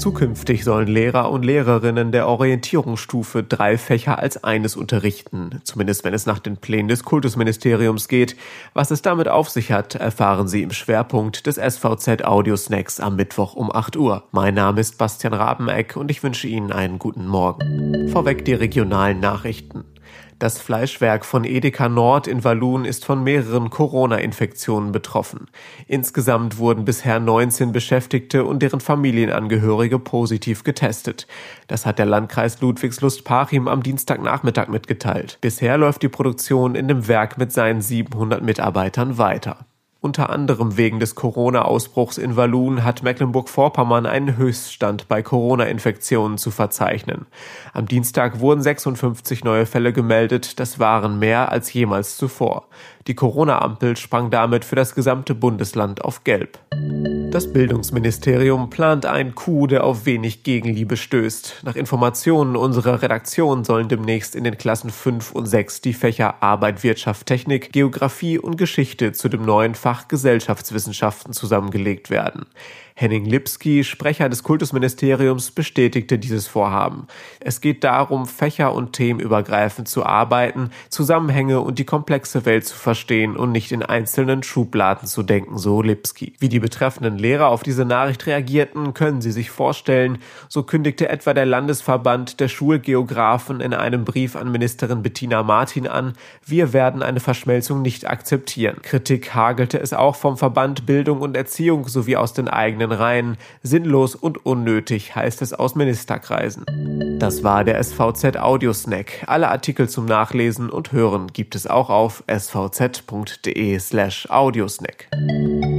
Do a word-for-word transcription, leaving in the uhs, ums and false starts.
Zukünftig sollen Lehrer und Lehrerinnen der Orientierungsstufe drei Fächer als eines unterrichten, zumindest wenn es nach den Plänen des Kultusministeriums geht. Was es damit auf sich hat, erfahren Sie im Schwerpunkt des S V Z Audiosnacks am Mittwoch um acht Uhr. Mein Name ist Bastian Rabeneck und ich wünsche Ihnen einen guten Morgen. Vorweg die regionalen Nachrichten. Das Fleischwerk von Edeka Nord in Walloon ist von mehreren Corona-Infektionen betroffen. Insgesamt wurden bisher neunzehn Beschäftigte und deren Familienangehörige positiv getestet. Das hat der Landkreis Ludwigslust-Parchim am Dienstagnachmittag mitgeteilt. Bisher läuft die Produktion in dem Werk mit seinen siebenhundert Mitarbeitern weiter. Unter anderem wegen des Corona-Ausbruchs in Walloon hat Mecklenburg-Vorpommern einen Höchststand bei Corona-Infektionen zu verzeichnen. Am Dienstag wurden sechsundfünfzig neue Fälle gemeldet, das waren mehr als jemals zuvor. Die Corona-Ampel sprang damit für das gesamte Bundesland auf Gelb. Das Bildungsministerium plant einen Coup, der auf wenig Gegenliebe stößt. Nach Informationen unserer Redaktion sollen demnächst in den Klassen fünf und sechs die Fächer Arbeit, Wirtschaft, Technik, Geografie und Geschichte zu dem neuen Fach Gesellschaftswissenschaften zusammengelegt werden. Henning Lipski, Sprecher des Kultusministeriums, bestätigte dieses Vorhaben. Es geht darum, fächer- und themenübergreifend zu arbeiten, Zusammenhänge und die komplexe Welt zu verstehen und nicht in einzelnen Schubladen zu denken, so Lipski. Wie die betreffenden Lehrer auf diese Nachricht reagierten, können Sie sich vorstellen. So kündigte etwa der Landesverband der Schulgeografen in einem Brief an Ministerin Bettina Martin an, wir werden eine Verschmelzung nicht akzeptieren. Kritik hagelte es auch vom Verband Bildung und Erziehung sowie aus den eigenen Reihen. Sinnlos und unnötig, heißt es aus Ministerkreisen. Das war der S V Z Audiosnack. Alle Artikel zum Nachlesen und Hören gibt es auch auf s v z punkt d e slash audiosnack.